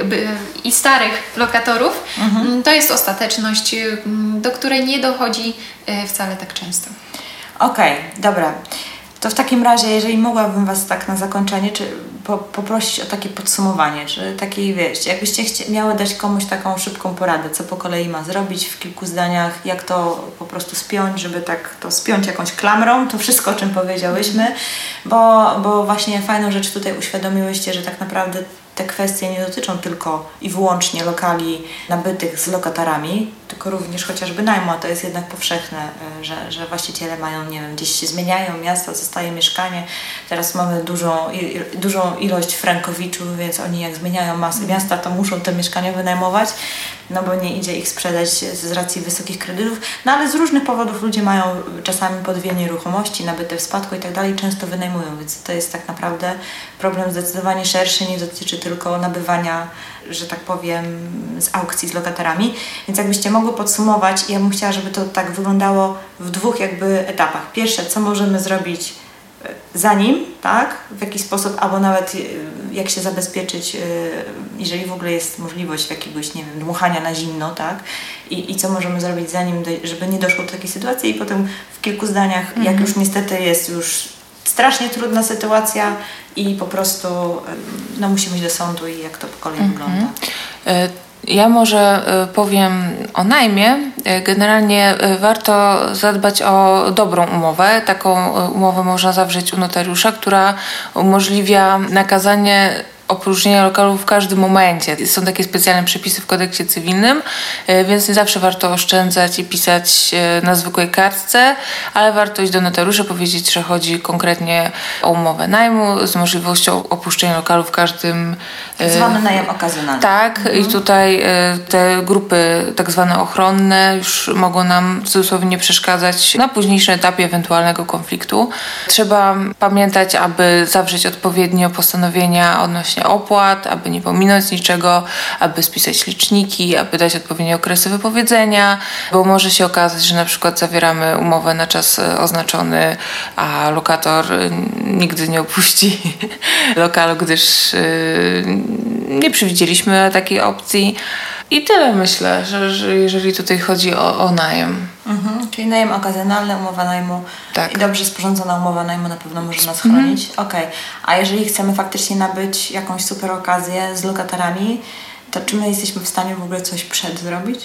i starych lokatorów, to jest ostateczność, do której nie dochodzi wcale tak często. Okej, dobra. To w takim razie, jeżeli mogłabym Was tak na zakończenie, czy poprosić o takie podsumowanie, czy taki, wiesz, jakbyście miały dać komuś taką szybką poradę, co po kolei ma zrobić w kilku zdaniach, jak to po prostu spiąć, żeby tak to spiąć jakąś klamrą, to wszystko, o czym powiedziałyśmy, bo właśnie fajną rzecz tutaj uświadomiłyście, że tak naprawdę te kwestie nie dotyczą tylko i wyłącznie lokali nabytych z lokatorami, tylko również chociażby najmu, a to jest jednak powszechne, że właściciele mają, nie wiem, gdzieś się zmieniają, miasto, zostaje mieszkanie. Teraz mamy dużą ilość frankowiczów, więc oni jak zmieniają miasta, to muszą te mieszkania wynajmować, no bo nie idzie ich sprzedać z racji wysokich kredytów. No ale z różnych powodów ludzie mają czasami po 2 nieruchomości nabyte w spadku i tak dalej, często wynajmują, więc to jest tak naprawdę problem zdecydowanie szerszy, nie dotyczy tylko nabywania, że tak powiem, z aukcji z lokatorami. Więc jakbyście mogły podsumować, ja bym chciała, żeby to tak wyglądało w 2 jakby etapach. Pierwsze, co możemy zrobić zanim, tak, w jaki sposób, albo nawet jak się zabezpieczyć, jeżeli w ogóle jest możliwość jakiegoś, nie wiem, dmuchania na zimno, tak, i co możemy zrobić zanim, żeby nie doszło do takiej sytuacji, i potem w kilku zdaniach, jak już niestety jest już strasznie trudna sytuacja i po prostu no, musimy iść do sądu i jak to po kolei wygląda. Ja może powiem o najmie. Generalnie warto zadbać o dobrą umowę. Taką umowę można zawrzeć u notariusza, która umożliwia nakazanie opróżnienia lokalu w każdym momencie. Są takie specjalne przepisy w kodeksie cywilnym, więc nie zawsze warto oszczędzać i pisać na zwykłej kartce, ale warto iść do notariusza, powiedzieć, że chodzi konkretnie o umowę najmu z możliwością opuszczenia lokalu w każdym... Zwany najem okazjonalny. Tak, i tutaj te grupy tak zwane ochronne już mogą nam w cudzysłowie nie przeszkadzać na późniejszym etapie ewentualnego konfliktu. Trzeba pamiętać, aby zawrzeć odpowiednio postanowienia odnośnie opłat, aby nie pominąć niczego, aby spisać liczniki, aby dać odpowiednie okresy wypowiedzenia, bo może się okazać, że na przykład zawieramy umowę na czas oznaczony, a lokator nigdy nie opuści lokalu, gdyż nie przewidzieliśmy takiej opcji. I tyle myślę, że jeżeli tutaj chodzi o najem. Czyli najem okazjonalny, umowa najmu tak. I dobrze sporządzona umowa najmu na pewno może nas chronić. Okej. A jeżeli chcemy faktycznie nabyć jakąś super okazję z lokatorami, to czy my jesteśmy w stanie w ogóle coś zrobić?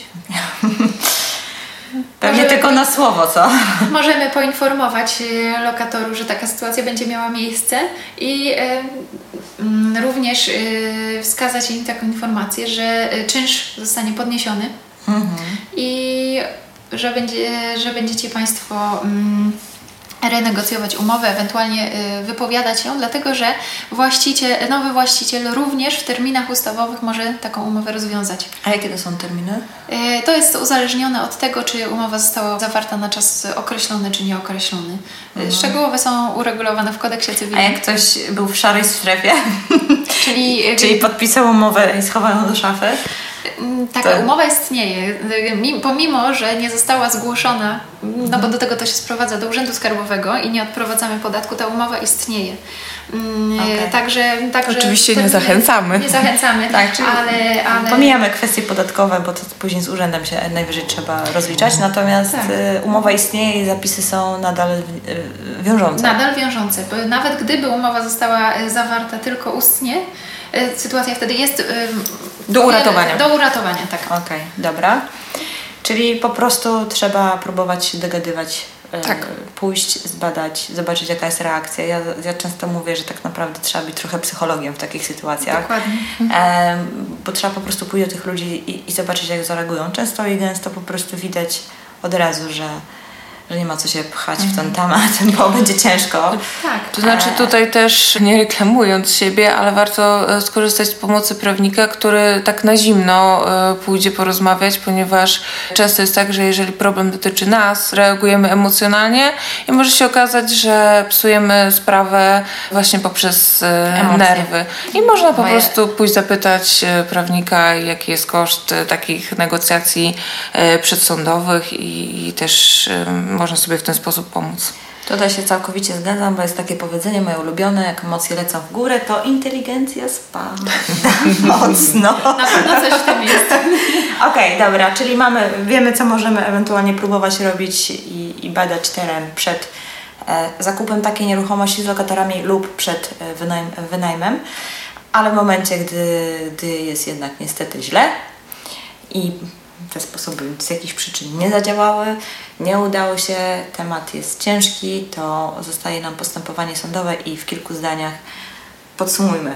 Pewnie tylko na słowo, co? Możemy poinformować lokatorów, że taka sytuacja będzie miała miejsce i również wskazać im taką informację, że czynsz zostanie podniesiony i że będziecie Państwo renegocjować umowę, ewentualnie wypowiadać ją, dlatego że nowy właściciel również w terminach ustawowych może taką umowę rozwiązać. A jakie to są terminy? To jest uzależnione od tego, czy umowa została zawarta na czas określony, czy nieokreślony. Szczegółowe są uregulowane w kodeksie cywilnym. A jak ktoś był w szarej strefie, czyli podpisał umowę i schował ją do szafy? Taka umowa istnieje, pomimo że nie została zgłoszona, no bo do tego to się sprowadza do Urzędu Skarbowego i nie odprowadzamy podatku, ta umowa istnieje. Także oczywiście nie zachęcamy. Nie zachęcamy, tak, ale... Pomijamy kwestie podatkowe, bo to później z urzędem się najwyżej trzeba rozliczać, natomiast umowa istnieje i zapisy są nadal wiążące. Nadal wiążące, bo nawet gdyby umowa została zawarta tylko ustnie, sytuacja wtedy jest do uratowania. Do uratowania, tak. Okej, dobra. Czyli po prostu trzeba próbować się dogadywać, pójść, zbadać, zobaczyć jaka jest reakcja. Ja często mówię, że tak naprawdę trzeba być trochę psychologiem w takich sytuacjach. Dokładnie. Bo trzeba po prostu pójść do tych ludzi i zobaczyć jak zareagują. Często i gęsto po prostu widać od razu, że że nie ma co się pchać w ten temat, bo będzie ciężko. Tak. To znaczy tutaj też, nie reklamując siebie, ale warto skorzystać z pomocy prawnika, który tak na zimno pójdzie porozmawiać, ponieważ często jest tak, że jeżeli problem dotyczy nas, reagujemy emocjonalnie i może się okazać, że psujemy sprawę właśnie poprzez nerwy. I można po prostu pójść zapytać prawnika, jaki jest koszt takich negocjacji przedsądowych i też można sobie w ten sposób pomóc. Tutaj się całkowicie zgadzam, bo jest takie powiedzenie moje ulubione, jak emocje lecą w górę, to inteligencja spada mocno. Na pewno coś w tym jest. Okej, dobra, czyli wiemy, co możemy ewentualnie próbować robić i badać teren przed zakupem takiej nieruchomości z lokatorami lub przed wynajmem, ale w momencie, gdy jest jednak niestety źle i te sposoby z jakichś przyczyn nie zadziałały, nie udało się, temat jest ciężki, to zostaje nam postępowanie sądowe i w kilku zdaniach podsumujmy,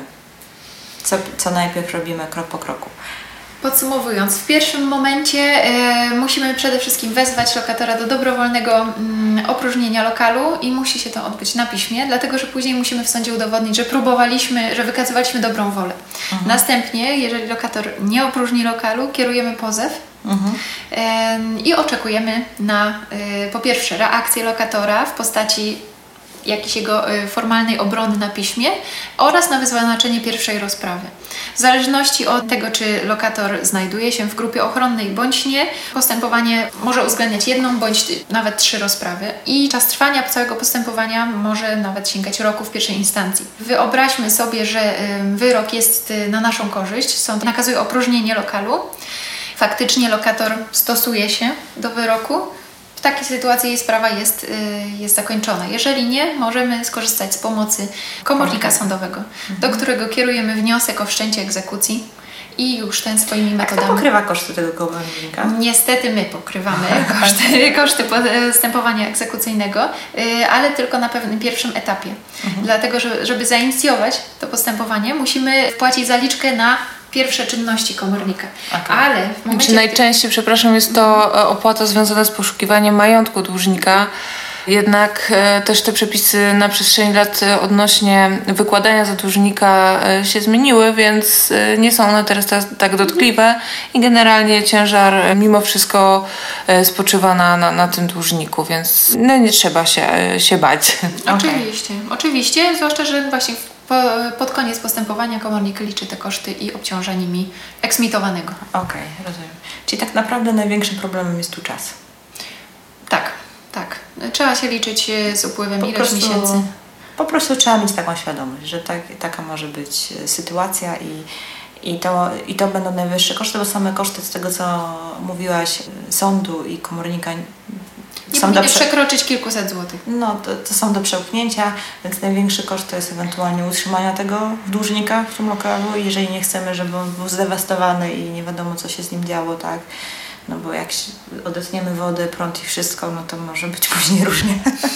co najpierw robimy krok po kroku. Podsumowując, w pierwszym momencie musimy przede wszystkim wezwać lokatora do dobrowolnego opróżnienia lokalu i musi się to odbyć na piśmie, dlatego że później musimy w sądzie udowodnić, że próbowaliśmy, że wykazywaliśmy dobrą wolę. Następnie, jeżeli lokator nie opróżni lokalu, kierujemy pozew i oczekujemy na po pierwsze reakcję lokatora w postaci jakiejś jego formalnej obrony na piśmie oraz na wyznaczenie pierwszej rozprawy. W zależności od tego, czy lokator znajduje się w grupie ochronnej bądź nie, postępowanie może uwzględniać jedną bądź nawet 3 rozprawy i czas trwania całego postępowania może nawet sięgać roku w pierwszej instancji. Wyobraźmy sobie, że wyrok jest na naszą korzyść, sąd nakazuje opróżnienie lokalu. Faktycznie lokator stosuje się do wyroku. W takiej sytuacji jej sprawa jest zakończona. Jeżeli nie, możemy skorzystać z pomocy komornika sądowego, do którego kierujemy wniosek o wszczęcie egzekucji i już ten swoimi metodami. Kto pokrywa koszty tego komornika? Niestety my pokrywamy koszty postępowania egzekucyjnego, ale tylko na pewnym pierwszym etapie. Dlatego, żeby zainicjować to postępowanie, musimy wpłacić zaliczkę na pierwsze czynności komornika. Ale w momencie, najczęściej, jest to opłata związana z poszukiwaniem majątku dłużnika. Jednak też te przepisy na przestrzeni lat odnośnie wykładania za dłużnika się zmieniły, więc nie są one teraz tak dotkliwe i generalnie ciężar mimo wszystko spoczywa na tym dłużniku, więc nie trzeba się bać. Oczywiście, zwłaszcza, że właśnie pod koniec postępowania komornik liczy te koszty i obciąża nimi eksmitowanego. Okej, rozumiem. Czyli tak naprawdę największym problemem jest tu czas. Tak. Trzeba się liczyć z upływem ileś miesięcy. Po prostu trzeba mieć taką świadomość, że taka może być sytuacja i to będą najwyższe koszty, bo same koszty z tego, co mówiłaś, sądu i komornika nie powinny przekroczyć kilkuset złotych. No, to są do przełknięcia, więc największy koszt to jest ewentualnie utrzymania tego dłużnika w tym lokalu, jeżeli nie chcemy, żeby on był zdewastowany i nie wiadomo, co się z nim działo, tak? No bo jak odetniemy wodę, prąd i wszystko, no to może być później różnie.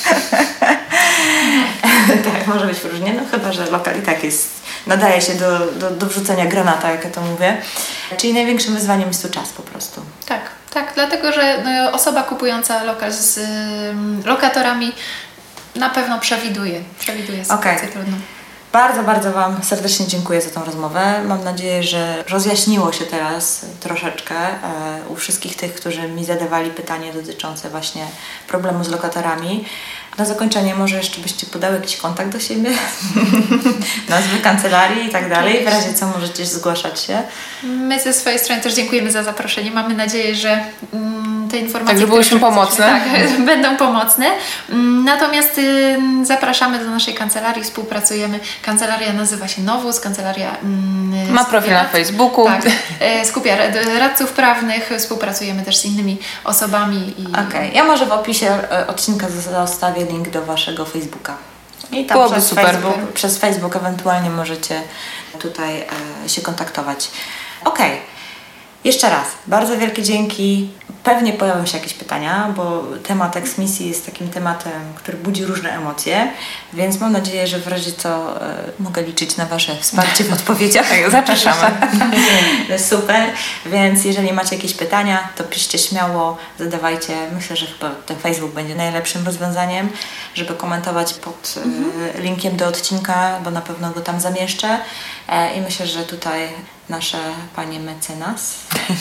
Tak, może być różnie, no chyba, że lokal i tak nadaje się do wrzucenia granata, jak ja to mówię. Czyli największym wyzwaniem jest tu czas po prostu. Tak, dlatego, że osoba kupująca lokal z lokatorami na pewno przewiduje sytuację trudną. Bardzo, bardzo Wam serdecznie dziękuję za tą rozmowę. Mam nadzieję, że rozjaśniło się teraz troszeczkę u wszystkich tych, którzy mi zadawali pytanie dotyczące właśnie problemu z lokatorami. Na zakończenie może jeszcze byście podały jakiś kontakt do siebie, nazwy kancelarii i tak dalej, w razie co możecie zgłaszać się. My ze swojej strony też dziękujemy za zaproszenie. Mamy nadzieję, że te informacje, tak, że byłyśmy pomocne. Będą pomocne. Natomiast zapraszamy do naszej kancelarii, współpracujemy. Kancelaria nazywa się Nowus, kancelaria ma profil na Facebooku. Tak, skupia radców prawnych, współpracujemy też z innymi osobami. Okej, ja może w opisie odcinka zostawię link do Waszego Facebooka. I tam byłoby super. Przez Facebook ewentualnie możecie tutaj się kontaktować. Okej. Jeszcze raz, bardzo wielkie dzięki. Pewnie pojawią się jakieś pytania, bo temat eksmisji jest takim tematem, który budzi różne emocje, więc mam nadzieję, że w razie co mogę liczyć na Wasze wsparcie w odpowiedziach. Zapraszamy. Super, więc jeżeli macie jakieś pytania, to piszcie śmiało, zadawajcie. Myślę, że chyba ten Facebook będzie najlepszym rozwiązaniem, żeby komentować pod linkiem do odcinka, bo na pewno go tam zamieszczę. I myślę, że tutaj nasze panie mecenasy.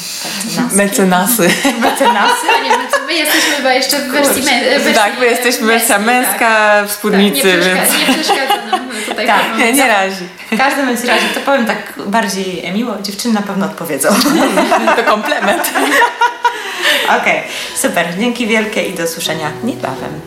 My jesteśmy chyba jeszcze w wersji męskiej. Tak, my jesteśmy wersja męska, tak. wspólnicy. Nie przeszkadza nam tutaj. Tak, nie razi. W każdym razie, to powiem tak bardziej miło, dziewczyny na pewno odpowiedzą. To komplement. Okej, super. Dzięki wielkie i do usłyszenia niebawem.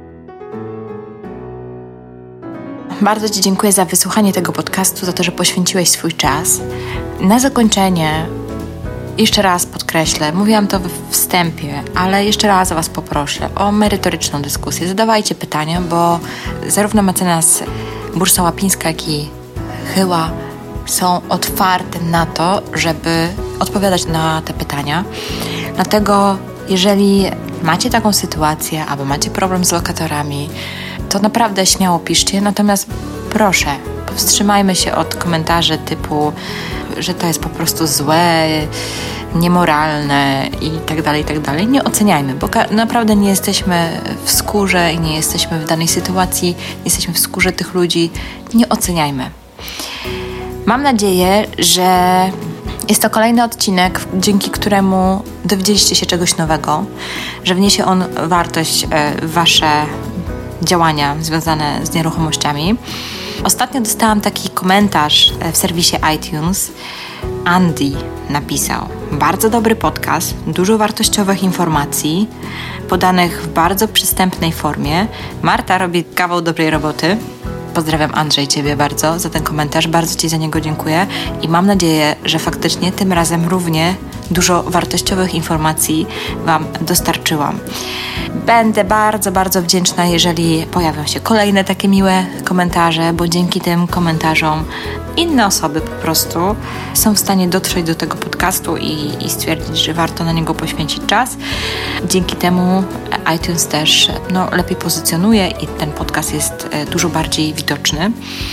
Bardzo Ci dziękuję za wysłuchanie tego podcastu, za to, że poświęciłeś swój czas. Na zakończenie jeszcze raz podkreślę, mówiłam to we wstępie, ale jeszcze raz Was poproszę o merytoryczną dyskusję. Zadawajcie pytania, bo zarówno mecenas Bursa-Łapińska, jak i Chyła są otwarte na to, żeby odpowiadać na te pytania. Dlatego jeżeli macie taką sytuację albo macie problem z lokatorami, to naprawdę śmiało piszcie, natomiast proszę, powstrzymajmy się od komentarzy typu, że to jest po prostu złe, niemoralne i tak dalej. Nie oceniajmy, bo naprawdę nie jesteśmy w skórze i nie jesteśmy w danej sytuacji, nie jesteśmy w skórze tych ludzi. Nie oceniajmy. Mam nadzieję, że jest to kolejny odcinek, dzięki któremu dowiedzieliście się czegoś nowego, że wniesie on wartość w Wasze działania związane z nieruchomościami. Ostatnio dostałam taki komentarz w serwisie iTunes. Andy napisał: bardzo dobry podcast, dużo wartościowych informacji, podanych w bardzo przystępnej formie. Marta robi kawał dobrej roboty. Pozdrawiam, Andrzej, Ciebie bardzo za ten komentarz, bardzo Ci za niego dziękuję i mam nadzieję, że faktycznie tym razem równie dużo wartościowych informacji Wam dostarczyłam. Będę bardzo, bardzo wdzięczna, jeżeli pojawią się kolejne takie miłe komentarze, bo dzięki tym komentarzom inne osoby po prostu są w stanie dotrzeć do tego podcastu i stwierdzić, że warto na niego poświęcić czas. Dzięki temu iTunes też lepiej pozycjonuje i ten podcast jest dużo bardziej widoczny.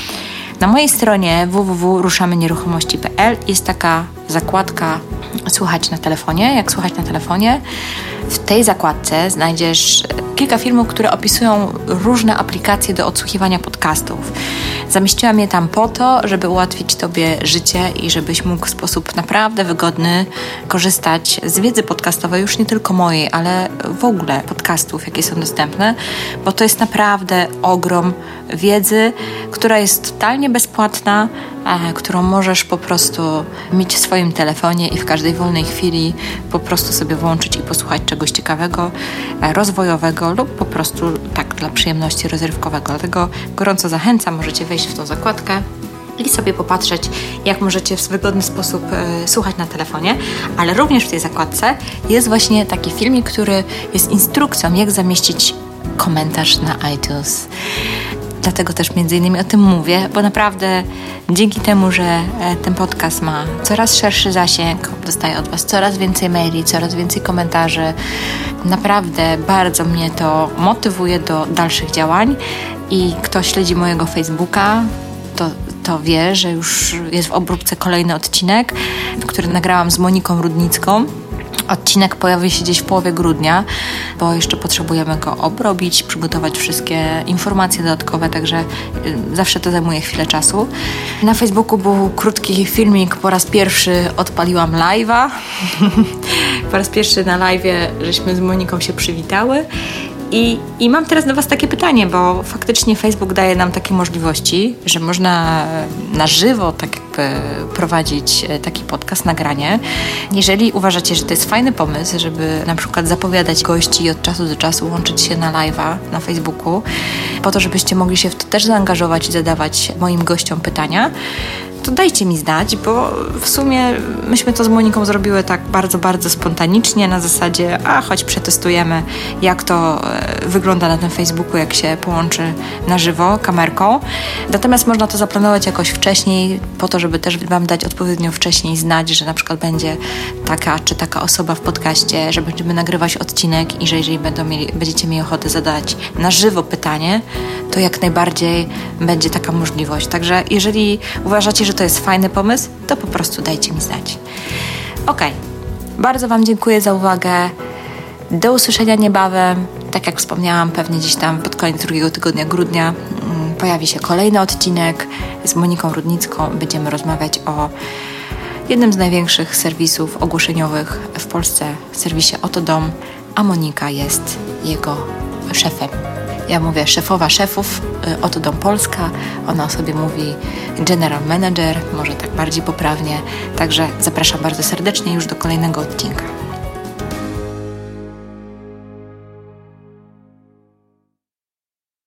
Na mojej stronie www.ruszamynieruchomości.pl jest taka zakładka Słuchać na telefonie, jak słuchać na telefonie. W tej zakładce znajdziesz kilka filmów, które opisują różne aplikacje do odsłuchiwania podcastów. Zamieściłam je tam po to, żeby ułatwić Tobie życie i żebyś mógł w sposób naprawdę wygodny korzystać z wiedzy podcastowej, już nie tylko mojej, ale w ogóle podcastów, jakie są dostępne, bo to jest naprawdę ogrom wiedzy, która jest totalnie bezpłatna, którą możesz po prostu mieć w swoim telefonie i w każdej wolnej chwili po prostu sobie włączyć i posłuchać czegoś ciekawego, rozwojowego lub po prostu tak dla przyjemności rozrywkowego. Dlatego gorąco zachęcam, możecie wejść w tą zakładkę i sobie popatrzeć, jak możecie w wygodny sposób słuchać na telefonie, ale również w tej zakładce jest właśnie taki filmik, który jest instrukcją, jak zamieścić komentarz na iTunes. Dlatego też między innymi o tym mówię, bo naprawdę dzięki temu, że ten podcast ma coraz szerszy zasięg, dostaję od Was coraz więcej maili, coraz więcej komentarzy. Naprawdę bardzo mnie to motywuje do dalszych działań i kto śledzi mojego Facebooka, to wie, że już jest w obróbce kolejny odcinek, który nagrałam z Moniką Rudnicką. Odcinek pojawi się gdzieś w połowie grudnia, bo jeszcze potrzebujemy go obrobić, przygotować wszystkie informacje dodatkowe, także zawsze to zajmuje chwilę czasu. Na Facebooku był krótki filmik, po raz pierwszy odpaliłam live'a. Po raz pierwszy na live'ie żeśmy z Moniką się przywitały. I mam teraz do Was takie pytanie, bo faktycznie Facebook daje nam takie możliwości, że można na żywo tak jakby prowadzić taki podcast, nagranie. Jeżeli uważacie, że to jest fajny pomysł, żeby na przykład zapowiadać gości i od czasu do czasu łączyć się na live'a na Facebooku, po to, żebyście mogli się w to też zaangażować i zadawać moim gościom pytania, to dajcie mi znać, bo w sumie myśmy to z Moniką zrobiły tak bardzo, bardzo spontanicznie, na zasadzie, choć przetestujemy, jak to wygląda na tym Facebooku, jak się połączy na żywo kamerką. Natomiast można to zaplanować jakoś wcześniej, po to, żeby też Wam dać odpowiednio wcześniej znać, że na przykład będzie taka czy taka osoba w podcaście, że będziemy nagrywać odcinek i że jeżeli będziecie mieli ochotę zadać na żywo pytanie, to jak najbardziej będzie taka możliwość. Także jeżeli uważacie, że to jest fajny pomysł, to po prostu dajcie mi znać. Okej. Bardzo Wam dziękuję za uwagę. Do usłyszenia niebawem. Tak jak wspomniałam, pewnie gdzieś tam pod koniec drugiego tygodnia grudnia pojawi się kolejny odcinek z Moniką Rudnicką. Będziemy rozmawiać o jednym z największych serwisów ogłoszeniowych w Polsce, serwisie Oto Dom, a Monika jest jego szefem. Ja mówię szefowa szefów, Oto Dom Polska, ona o sobie mówi general manager, może tak bardziej poprawnie, także zapraszam bardzo serdecznie już do kolejnego odcinka.